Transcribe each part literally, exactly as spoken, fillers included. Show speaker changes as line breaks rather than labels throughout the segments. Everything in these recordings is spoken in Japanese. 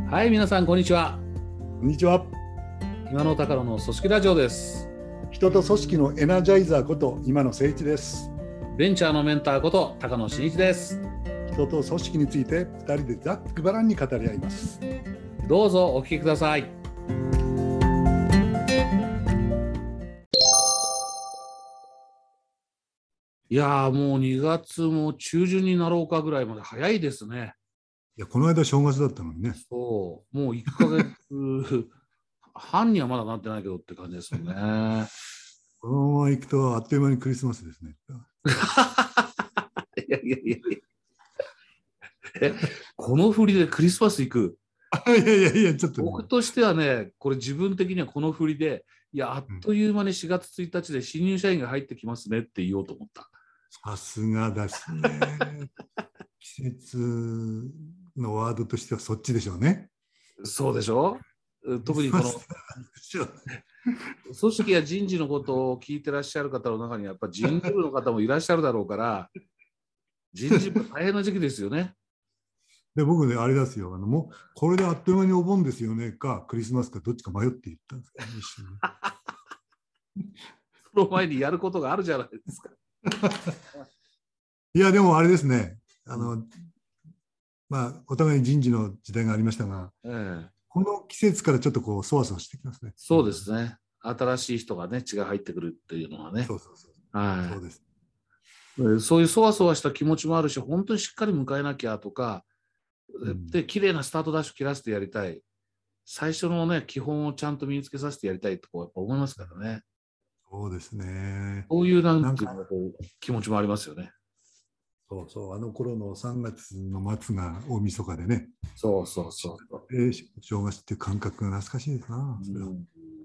はい、皆さんこんにちは。
こんにちは。
今野高野の組織ラジオです。
人と組織のエナジャイザーこと今野誠一です。
ベンチャーのメンターこと高野真一です。
人と組織についてふたりでざっくばらんに語り合います。
どうぞお聞きください。いやー、もうにがつも中旬になろうかぐらいまで早いですね。
いや、この間正月だったのにね。
そう、もういっかげつ半にはまだなってないけどって感じですよね。
このまま行くとあっという間にクリスマスですね。
いやいやいやいやえ、この振りでクリスマス行く？
いやいやいや、ちょっと、ね、
僕としてはね、これ自分的にはこの振りで、いや、あっという間にしがつついたちで新入社員が入ってきますねって言おうと思った。
さすがですね。季節のワードとしてはそっちでしょうね。
そうでしょ。特にこの組織や人事のことを聞いてらっしゃる方の中にはやっぱ人事部の方もいらっしゃるだろうから人事部大変な時期ですよね。
で僕ねあれですよ、あのもうこれであっという間にお盆ですよねかクリスマスかどっちか迷って言ったんですけど、ね、一瞬
その前にやることがあるじゃないですか。
いやでもあれですね、あの、うん、まあお互いに人事の時代がありましたが、ええ、この季節からちょっとこうそわそわしてきますね。
そうですね。新しい人がね血が入ってくるっていうのはね。
そうそうそう。
はい。
そうです。
そういうそわそわした気持ちもあるし、本当にしっかり迎えなきゃとか、うん、で綺麗なスタートダッシュ切らせてやりたい。最初のね基本をちゃんと身につけさせてやりたいとこうやっぱ思いますからね。
そうですね。
そういうなんていうのこう気持ちもありますよね。
そうそう、あの頃のさんがつの末が大晦日でね。
そうそうそうそう。
えー、正月っていう感覚が懐かしいですな。それは。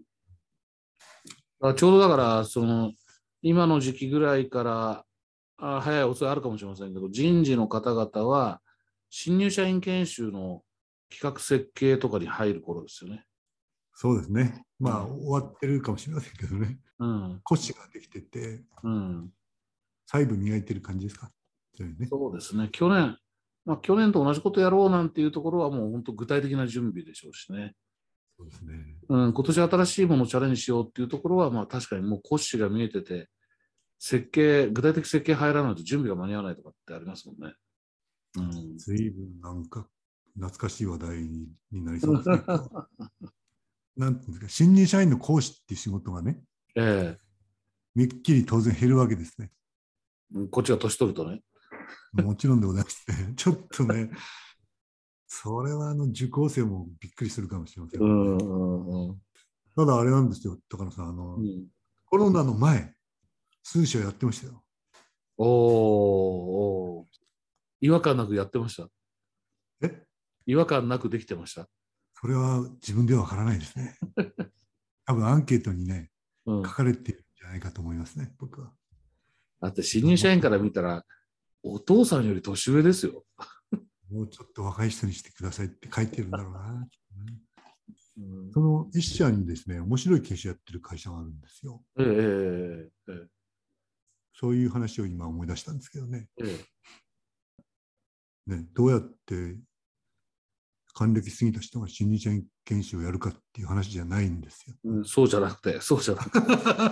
うん、ちょうどだからその今の時期ぐらいからあ早い遅いあるかもしれませんけど、人事の方々は新入社員研修の企画設計とかに入る頃ですよね。
そうですね。まあ、うん、終わってるかもしれませんけどね。うん、骨子ができてて、うん、細部磨いてる感じですか。そういうね、
そうですね。去年、まあ、去年と同じことやろうなんていうところはもう本当具体的な準備でしょうしね。
そうですね。
うん、今年新しいものをチャレンジしようっていうところは、まあ確かにもう骨子が見えてて、設計、具体的設計入らないと準備が間に合わないとかってありますもんね。
うん、随分なんか懐かしい話題になりそうですね。なんていうんですか、新入社員の講師っていう仕事がね、ええ、めっきり当然減るわけですね。
こっちが年取るとね。
もちろんでございますね。ちょっとね、それはあの受講生もびっくりするかもしれません、ね。うんうんうん、ただあれなんですよ、高野さん、あの、うん、コロナの前、数社やってましたよ。
おお、違和感なくやってました。え？違和感なくできてました。
それは自分ではわからないですね。多分アンケートにね、うん、書かれているんじゃないかと思いますね、僕は。
だって新入社員から見たら、お父さんより年上ですよ。
もうちょっと若い人にしてくださいって書いてるんだろうな。うん、その一社にですね、面白い研修やってる会社があるんですよ。ええええ、そういう話を今思い出したんですけどね。ええ、ね、どうやって還暦過ぎた人が新入社員研修をやるかっていう話じゃないんですよ。
うん、そうじゃなくて、そうじゃなくて。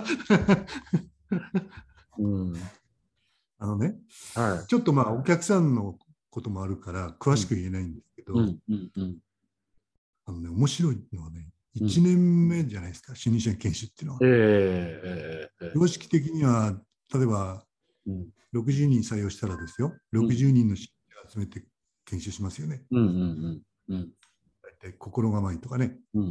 うん、あのね、はい、ちょっとまあお客さんのこともあるから詳しく言えないんですけど、うんうんうん、あのね、面白いのはね、いちねんめじゃないですか、うん、新入社員研修っていうのは。えーえー、常識的には例えば、うん、ろくじゅうにん採用したらですよ、ろくじゅうにんの新入社員を集めて研修しますよね。うんうんうんうん、大体心構えとかね、うんうんうん、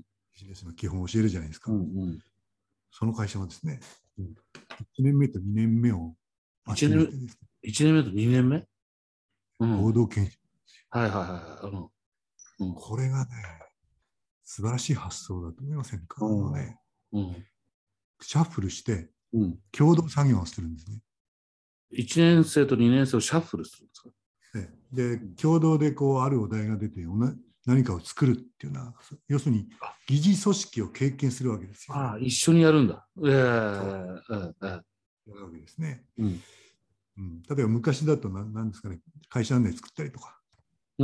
ビジネスの基本を教えるじゃないですか。うんうん、その会社はですね、うん、いちねんめとにねんめを集めてですね、
いちねんめとにねんめ、
うん、合同研修。
はいはいはい。あの
うん、これがね、素晴らしい発想だと思いませんか。うん、あのね、うん、シャッフルして、共同作業をするんですね。
いちねん生とにねん生をシャッフルするんですか。
で、共同でこうあるお題が出て、何かを作るっていうのは、要するに疑似組織を経験するわけですよ。
ああ、一緒にやるんだ。えー、
えー、やるわけですね。うんうん、例えば昔だと何ですかね、会社案内作ったりとか、
うん、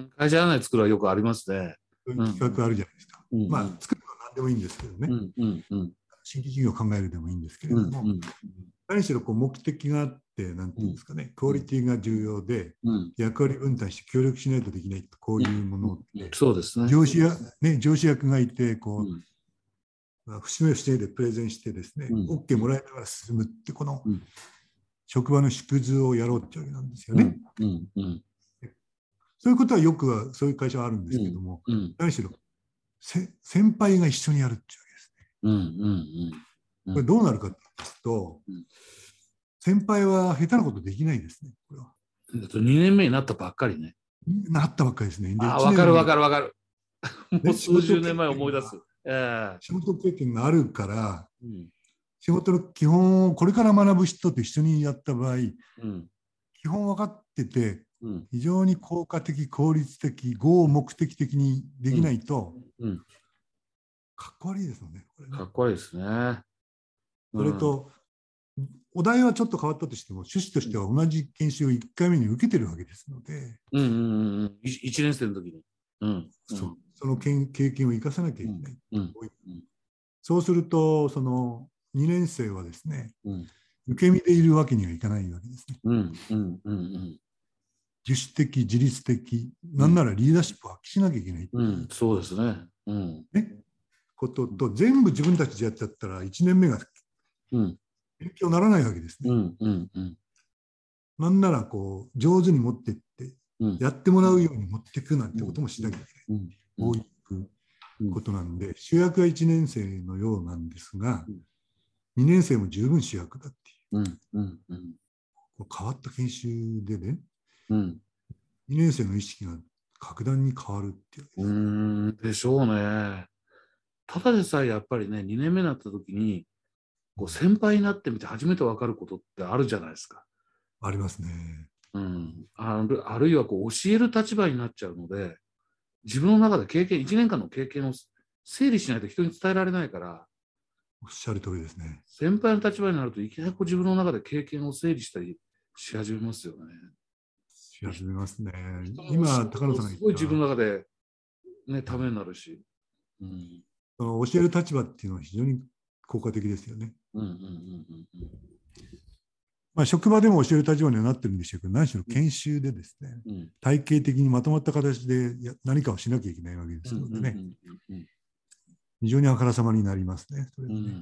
会社案内作るはよくありますね。
そういう企画あるじゃないですか。
うん、
まあ、作るのは何でもいいんですけどね。
うんうんうん、
新規事業を考えるでもいいんですけれども、
うんうん、
何しろこう目的があって、なんていうんですかね、クオリティが重要で、
うん、
役割分担して協力しないとできないと、こういうものって、
うん、そうですね。
上司や、ね、上司役がいて、こう、
うん
節目節目でプレゼンしてですね、
うん、
OK もらいながら進むって、この
うん
職場の縮図をやろうってわけなんですよね。
うんうん
そういうことはよくは、そういう会社はあるんですけども、
うん、
何しろ、せ先輩が一緒にやるっていうわけですね。
うんうんうん、
これどうなるかと言いますと、
うん、
先輩は下手なことできないですね、これは。
にねんめになったばっかりね。
なったばっかりですね。で、
ああ、
1年、
わかるわかるわかる。もう
ね、仕事経
数十年前思い出
験が、
す。ええ
仕事経験があるから、
うん、
仕事の基本をこれから学ぶ人と一緒にやった場合、
うん、
基本分かってて、
うん、
非常に効果的、効率的、合目的的にできないと、
うん、
かっこ悪いですよね、これね。
かっこいいですね。
それと、お題はちょっと変わったとしても、趣旨としては同じ研修をいっかいめに受けてるわけですので、
うんうんうん、いちねん生の時に。うん、
そうその経験を生かさなきゃいけない。
うん、
そうすると、そのにねん生はですね、
うん、
受け身でいるわけにはいかないわけですね。
うん、うん、うん、
自主的、自律的、なんならリーダーシップを発揮しなきゃいけない、
うん、そうですね。うん、
ね、ことと、全部自分たちでやっちゃったら、いちねんめが
うん、
勉強にならないわけですね。
うん、うん、うん、
なんならこう上手に持っていって、やってもらうように持っていくなんてこともしなきゃいけない。こういうことなんで、主役はいちねん生のようなんですが、にねん生も十分主役だっていう。変わった研修でね、にねん生の意識が格段に変わるっていう。
うんでしょうね。ただでさえやっぱりね、にねんめになった時に、こう先輩になってみて初めて分かることってあるじゃないですか。
ありますね。
うん、あるあるいはこう教える立場になっちゃうので、自分の中で経験、いちねんかんの経験を整理しないと人に伝えられないから、
おっしゃる通りですね。
先輩の立場になるといきなりこう自分の中で経験を整理したりし始めますよね。
し始めますね。今、高野さんが言った
すごい自分の中で、ね、ためになるし。うん、
その教える立場っていうのは非常に効果的ですよね。まあ、職場でも教える立場にはなってるんでしょうけど、何しろ研修でですね、うん、体系的にまとまった形で何かをしなきゃいけないわけですのでね、非常にあからさまになりますね。それでね。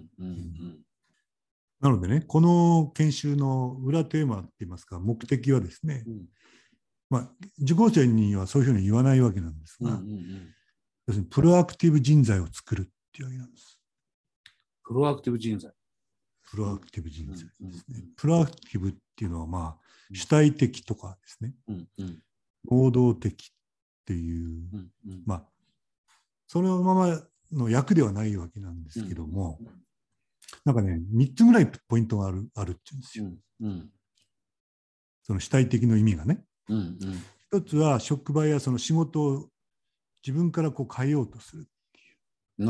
なのでね、この研修の裏テーマって言いますか、目的はですね、うん、まあ、受講生にはそういうふうに言わないわけなんですが、要するにプロアクティブ人材を作るっていうわけなんです。
プロアクティブ人材。
プロアクティブ人材ですね。プロアクティブっていうのは、まあ、主体的とかですね、能動的っていう、まあ、そのままの役ではないわけなんですけども、なんかね、みっつぐらいポイントがある、あるっていうんですよ。その主体的の意味がね。一つは、職場やその仕事を自分からこう変えようとするっていう。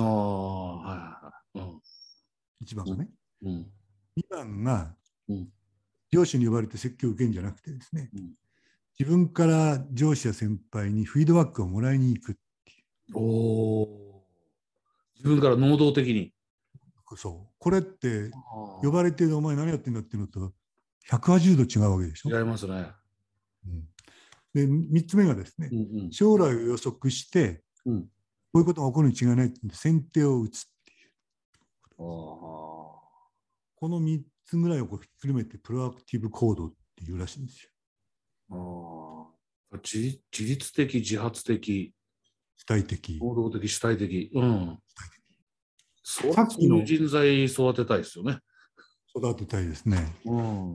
一番がね。にばんが、上司に呼ばれて説教を受けるんじゃなくてですね、自分から上司や先輩にフィードバックをもらいに行くっていう。
お自分から能動的に。
そう。これって、呼ばれてお前何やってんだっていうのと、ひゃくはちじゅうど違うわけでしょ。
違いますね。
うん、で、みっつめがですね、うんうん、将来を予測して、うん、こういうことが起こるに違いないって先手を打つっていう。あこのみっつぐらいをこうひっくるめてプロアクティブ行動っていうらしいんです
よ。あ自, 自律的、自発的、
主体的。
能動的、主体的。うん。そういう人材育てたいですよね。
育てたいですね。うん、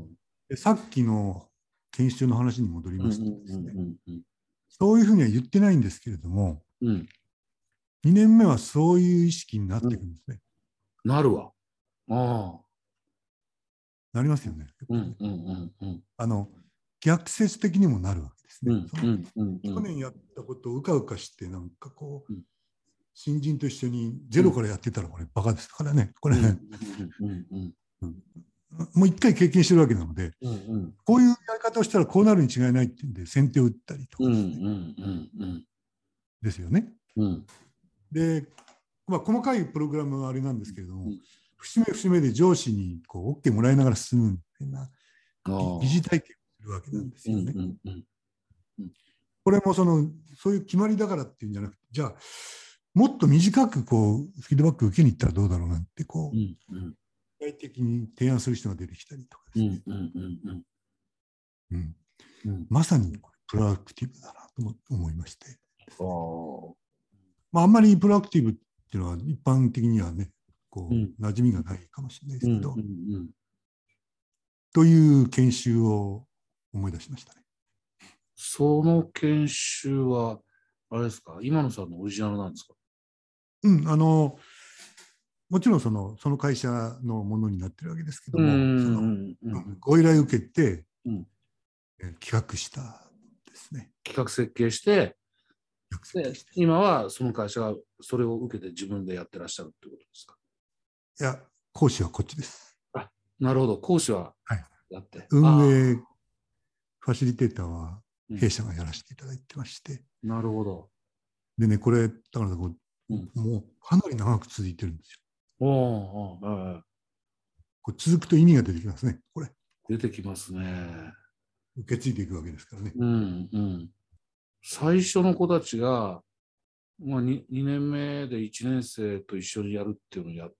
でさっきの研修の話に戻りますとですね、そういうふうには言ってないんですけれども、うん、にねんめはそういう意識になっていくんですね。
うん、なるわ。あ
なりますよね。あの逆説的にもなるわけですね。去年やったことをうかうかしてなんかこう、うん、新人と一緒にゼロからやってたらこれバカですからね。これもう一回経験してるわけなので、
うんうん、
こういうやり方をしたらこうなるに違いないっていうんで先手を打ったりとかですね、
うんうんうんうん、
ですよね。
うん、
で、まあ、細かいプログラムはあれなんですけれども、うん、節目節目で上司にこう OK もらいながら進むみたいな疑似体験をするわけなんですよね。これもそのそういう決まりだからっていうんじゃなくて、じゃあもっと短くこうフィードバック受けに行ったらどうだろうなんてこう、うんうん、具体的に提案する人が出てきたりとかですね。まさにプロアクティブだなと思いまして、ね、まあ、あんまりプロアクティブっていうのは一般的にはねこう、うん、馴染みがないかもしれないですけど、うんうんうん、という研修を思い出しましたね。
その研修はあれですか、今野さんのオリジナルなんですか？
うん、あのもちろんそのその会社のものになってるわけですけども、そのご依頼を受けて、うん、企画したですね。
企画設計して、で今はその会社がそれを受けて自分でやってらっしゃるってことですか？
いや、講師はこっちです。
あ、なるほど、講師はやって、はい、
運営ファシリテーターは弊社がやらせていただいてまして、
うん、なるほど。
でね、これだからこう、うん、もうかなり長く続いてるんですよ。
おお、はい、
これ続くと意味が出てきますね、これ。
出てきますね。
受け継いでいくわけですからね。
うんうん。最初の子たちが、まあ、に, にねんめでいちねん生と一緒にやるっていうのをやって、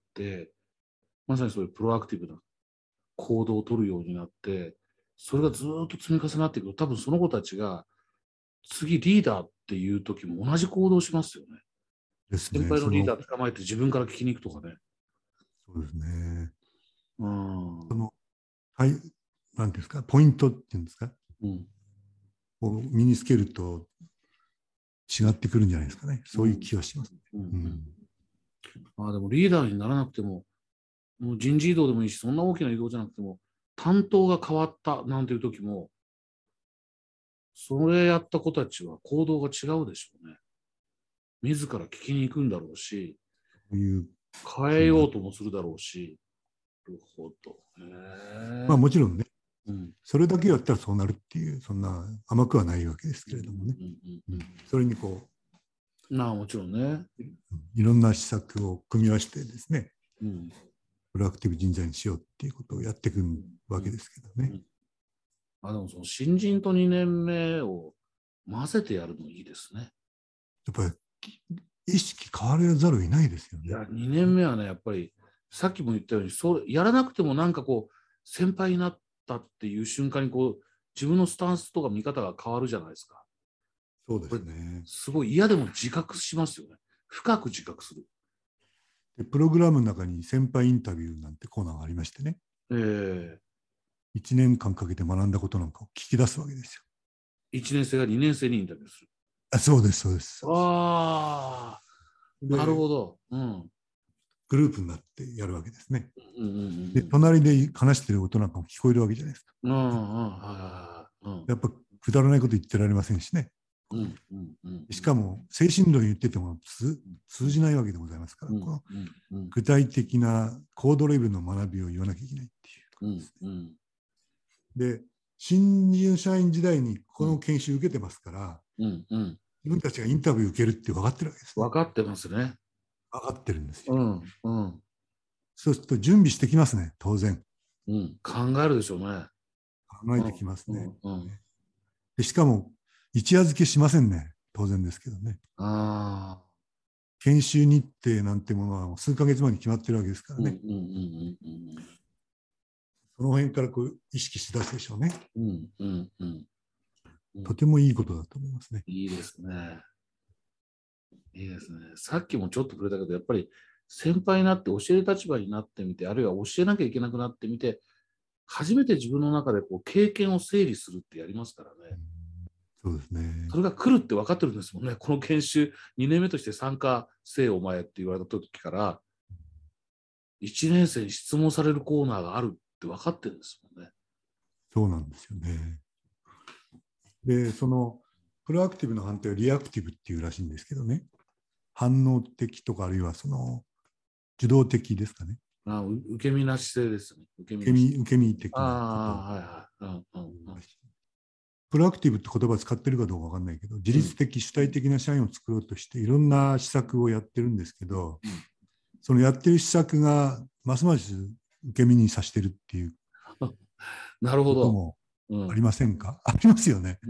まさにそういうプロアクティブな行動を取るようになって、それがずっと積み重なっていくと、多分その子たちが次リーダーっていう時も同じ行動をしますよね。ですね、先輩のリーダー捕まえて自分から聞きに行くとかね。
そうですね。
うん、
その、はい、なんですか、ポイントっていうんですか、うん、を身につけると違ってくるんじゃないですかね。そういう気がします、ね。うんうんうん、
まあでもリーダーにならなくても、もう人事異動でもいいし、そんな大きな異動じゃなくても、担当が変わったなんていう時も、それやった子たちは行動が違うでしょうね。自ら聞きに行くんだろうし、変えようともするだろうし。なるほど。
まあもちろんね、うん、それだけやったらそうなるっていう、そんな甘くはないわけですけれどもね。それにこ
う、なあもちろんね、
いろんな施策を組み合わせてですね、うん、プロアクティブ人材にしようっていうことをやっていくわけですけどね。うんうん、
あでもその新人とにねんめを混ぜてやるのいいですね。
やっぱり意識変わらざるを得ないですよね。
いやにねんめはね、やっぱりさっきも言ったように、それやらなくてもなんかこう先輩になったっていう瞬間にこう自分のスタンスとか見方が変わるじゃないですか。
そうですね。
すごい嫌でも自覚しますよね。深く自覚する。
でプログラムの中に先輩インタビューなんてコーナーがありましてね。
えー、
いちねんかんかけて学んだことなんかを聞き出すわけですよ。
いちねん生がにねん生にインタビューする。
あ、そうです、そうです。
ああ、なるほど。うん。
グループになってやるわけですね。うんうんうん、で、隣で話してる音なんかも聞こえるわけじゃないですか。うんうんうん、やっぱくだらないこと言ってられませんしね。うんうんうん、しかも精神論言ってても通じないわけでございますから、うんうんうん、この具体的な高度レベルの学びを言わなきゃいけないっていうことですね。うんうん、で、新入社員時代にこの研修受けてますから、うんうん、自分たちがインタビュー受けるって分かってるわけです、ね。
分かってますね。
分かってるんですよ。
うんうん、
そうすると準備してきますね、当然。
うん、考えるでしょうね。
考えてきますね。うんうんうん、でしかも、一夜漬けしませんね、当然ですけどね。あ研修日程なんてものは数ヶ月前に決まってるわけですからね。その辺からこう意識しだすでしょうね。うんうんうんうん、とてもいいことだと思いますね。
いいですね。いいですね。さっきもちょっと触れたけど、やっぱり先輩になって教える立場になってみて、あるいは教えなきゃいけなくなってみて、初めて自分の中でこう経験を整理するってやりますからね。
うん、そうですね。
それが来るって分かってるんですもんね。この研修にねんめとして参加せえお前って言われた時から、いちねん生に質問されるコーナーがあるって分かってるんですもんね。
そうなんですよね。で、そのプロアクティブの反対はリアクティブっていうらしいんですけどね。反応的とかあるいはその受動的ですかね。
あ受け身な姿勢ですね。
受け身、受け身的なこと。
あはいはいうんうんうん、
プロアクティブって言葉使ってるかどうか分かんないけど、自律的主体的な社員を作ろうとしていろんな施策をやってるんですけど、うん、そのやってる施策がますます受け身にさしてるっていう
なるほど
こともありませんか？うん、ありますよね。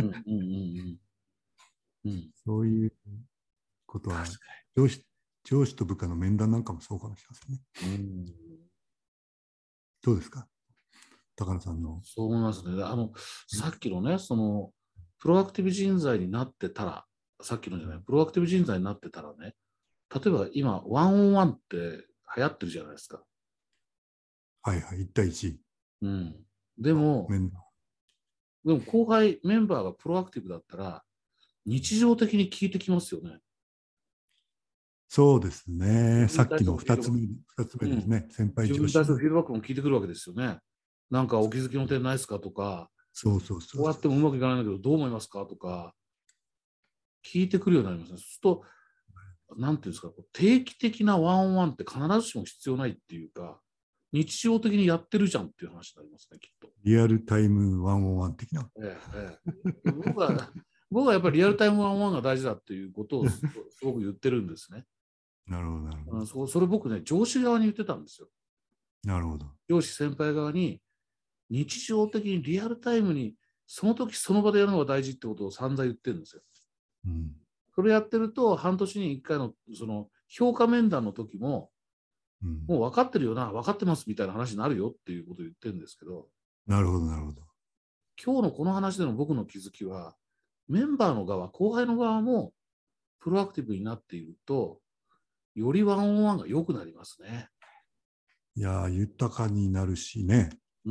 そういうことは上司、上司と部下の面談なんかもそうかもしれませんね。うん、どうですか、高野さんの。
そう思いますね。あのさっきのね、そのプロアクティブ人材になってたら、さっきのじゃない、プロアクティブ人材になってたらね、例えば今、ワンオンワンって流行ってるじゃないですか。
はいはい、いち対いち。
うん。でも、でも後輩メンバーがプロアクティブだったら、日常的に聞いてきますよね。
そうですね。さっきのふたつめ、ふたつめですね。うん、先輩上司。
自分に対するフィードバックも聞いてくるわけですよね。なんかお気づきの点ないですかとか、
そうそうそう。
こうやってもうまくいかないんだけど、どう思いますかとか、聞いてくるようになりますね。そうすると、なんていうんですか、定期的なワンオンワンって必ずしも必要ないっていうか、日常的にやってるじゃんっていう話になりますね、きっと。
リアルタイムワンオンワン的な。
ええええ、僕は、僕はやっぱりリアルタイムワンオンワンが大事だっていうことをすごく言ってるんですね。
なるほど、なるほど。
そ, それ僕ね、上司側に言ってたんですよ。
なるほど。
上司先輩側に、日常的にリアルタイムに、その時その場でやるのが大事ってことを散々言ってるんですよ。うん、それやってると、半年にいっかいのその評価面談の時も、うん、もう分かってるよな、分かってますみたいな話になるよっていうことを言ってるんですけど。
なるほど、なるほど。
今日のこの話での僕の気づきは、メンバーの側、後輩の側もプロアクティブになっていると、よりワンオンワンが良くなりますね。
いや、豊かになるしね。
うん。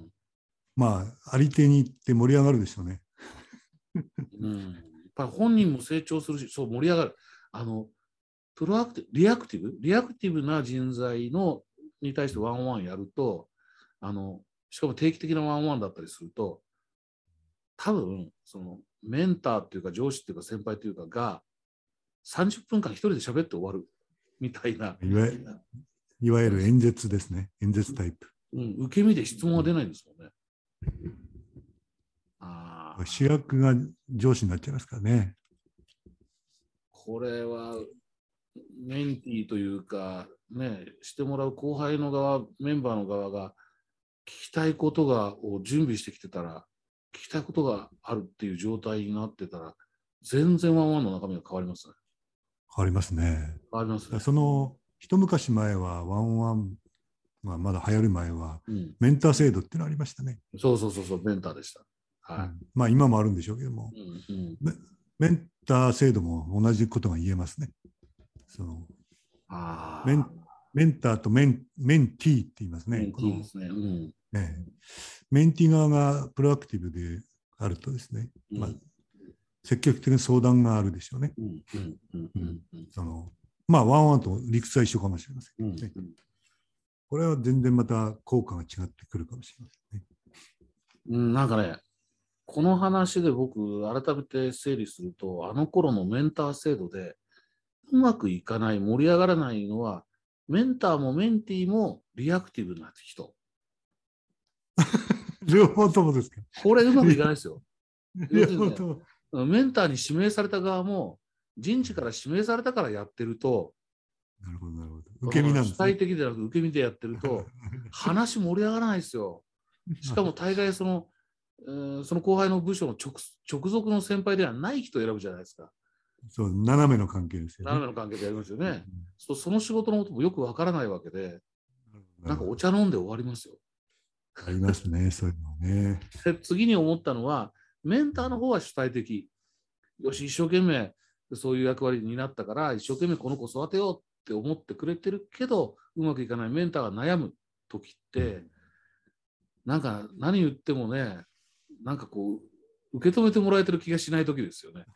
まあ、あり手に行って盛り上がるでしょうね。
うん。やっぱり本人も成長するし、そう盛り上がる。あの、プロアクティブ、リアクティブ、リアクティブな人材のに対してワンオンワンやると、あの、しかも定期的なワンオンワンだったりすると、多分、そのメンターっていうか上司っていうか先輩っていうかが、さんじゅっぷんかん一人で喋って終わるみたいな。
いわゆる、いわゆる演説ですね。演説タイプ。
うん、受け身で質問は出ないんですもんね。
ああ。主役が上司になっちゃいますからね。
これはメンティーというか、ね、してもらう後輩の側、メンバーの側が聞きたいことがを準備してきてたら、聞きたいことがあるっていう状態になってたら、全然ワンワンの中身が変わりますね。
変わりますね。
変わりますね。
その一昔前はワンワンがまだ流行る前は、うん、メンター制度っていうのありましたね。
そうそうそうそう、メンターでした。はい。うん、
まあ今もあるんでしょうけども、うんうん、メ, メンター制度も同じことが言えますね。そのあメンメンターとメンメンティーって言いますね。
メンティーですね。うん、
ねメンティー側がプロアクティブであるとですね、うんまあ、積極的な相談があるでしょうね。そのまあワンワンと理屈は一緒かもしれませんけどね。うんうん、これは全然また効果が違ってくるかもしれませんね。
うん、なんかね、この話で僕改めて整理すると、あの頃のメンター制度でうまくいかない、盛り上がらないのは、メンターもメンティーもリアクティブな人。
両方ともですか？
これうまくいかないですよ。要するにね、メンターに指名された側も人事から指名されたからやってると、
なるほどなるほど。受け身なんですね。
主体的でなく受け身でやってると話盛り上がらないですよ。しかも大概その、えー、その後輩の部署の 直, 直属の先輩ではない人を選ぶじゃないですか。
そう、斜めの関係ですよね。
斜めの関係でやりますよね。うん、その仕事のこともよくわからないわけで、なんかお茶飲んで終わりますよ。
ありますね、そういうのね。
次に思ったのは、メンターの方は主体的。よし、一生懸命そういう役割になったから、一生懸命この子育てようって思ってくれてるけど、うまくいかないメンターが悩む時って、なんか何言ってもね、なんかこう、受け止めてもらえてる気がしない時ですよね。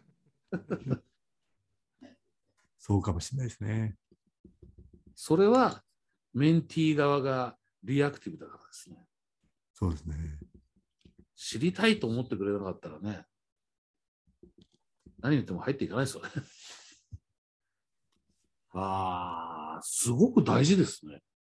そうかもしれないですね。
それはメンティー側がリアクティブだからですね。
そうですね。
知りたいと思ってくれなかったらね、何言っても入っていかないですよね。ああ、すごく大事ですね。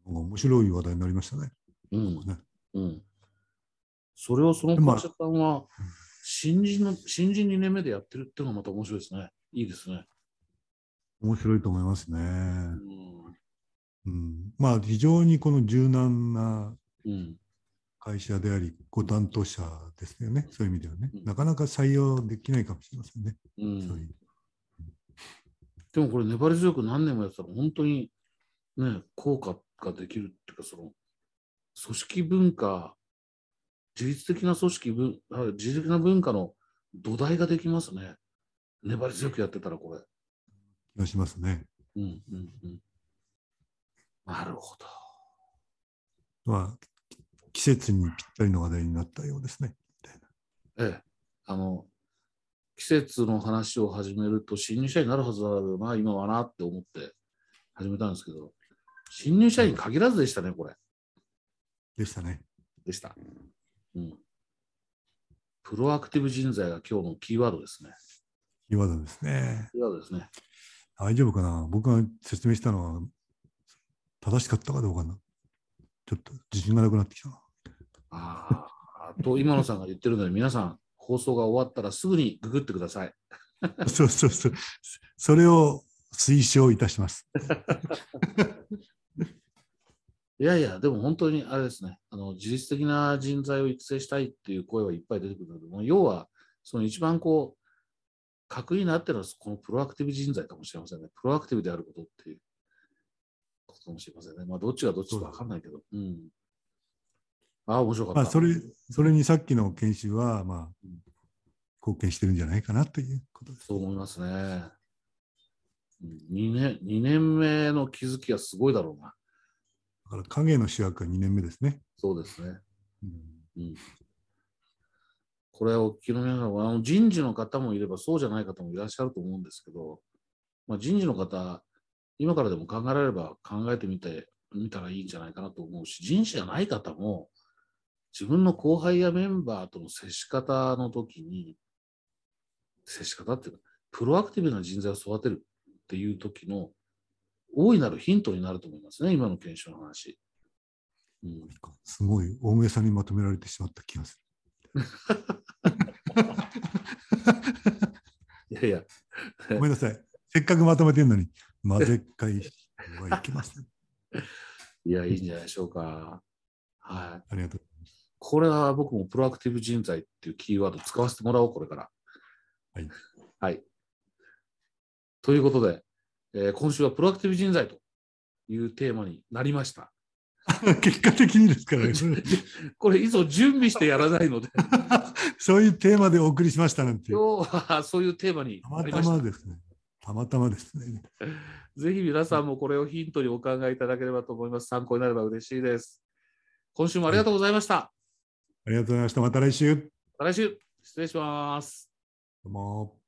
面白い話題になりましたね。
うんねうん、それをその会社さんは新人の新人にねんめでやってるっていうのがまた面白いですね。いいですね。
面白いと思いますね。うんうん、まあ非常にこの柔軟な会社であり、ご担当者ですよね。そういう意味ではね、うん、なかなか採用できないかもしれませんね。うん、そういう
でもこれ粘り強く何年もやってたら本当にね効果ができるっていうか、その組織文化、自律的な組織文、自律的な文化の土台ができますね。粘り強くやってたらこれ。
気がしますね。
うんうんうん。なるほど。
まあ、季節にぴったりの話題になったようですね。
ええ。あの、季節の話を始めると新入社員になるはずだろうな、今はなって思って始めたんですけど、新入社員に限らずでしたね、これ。
でしたね。
でした。うん。プロアクティブ人材が今日のキーワードですね。
キーワードですね。
キーワードですね。
大丈夫かな、僕が説明したのは正しかったかどうかな。ちょっと自信がなくなってきたな。
ああ、と今野さんが言ってるので、皆さん、放送が終わったらすぐにググってください。
そうそうそう。それを推奨いたします。
いやいや、でも本当にあれですね、あの自律的な人材を育成したいっていう声はいっぱい出てくるので、もう要は、その一番こう、核になってるのはこのプロアクティブ人材かもしれませんね。プロアクティブであることっていうことかもしれませんね。まあ、どっちがどっちかわかんないけど。うん。ああ、面白かった。まあ、
それ、それにさっきの研修は、まあ、うん、貢献してるんじゃないかなということです。
そう思いますね。にねん、にねんめの気づきはすごいだろうな。
だから影の主役はにねんめですね。
そうですね。うんうん、これはお聞きの皆さんは、あの人事の方もいればそうじゃない方もいらっしゃると思うんですけど、まあ、人事の方、今からでも考えられれば考えてみてみたらいいんじゃないかなと思うし、人事じゃない方も自分の後輩やメンバーとの接し方の時に、接し方っていうか、プロアクティブな人材を育てるっていう時の大いなるヒントになると思いますね、今の研修の話。
うん、すごい大げさにまとめられてしまった気がする。
いやいや。
ごめんなさい。せっかくまとめてるのに、混ぜ返しはいけません。
いや、いいんじゃないでしょうか。はい。
ありがとうございます。
これは僕もプロアクティブ人材っていうキーワード使わせてもらおう、これから。
はい。
はい。ということで、えー、今週はプロアクティブ人材というテーマになりました。
結果的にですからね。
これいつも準備してやらないので。
そういうテーマでお送りしましたなんて。
今日はそういうテーマに
なりました。たまたまですね。たまたまですね。
ぜひ皆さんもこれをヒントにお考えいただければと思います。参考になれば嬉しいです。今週もありがとうございました。はい、
ありがとうございました。また来週。
また来週。失礼します。
どうも。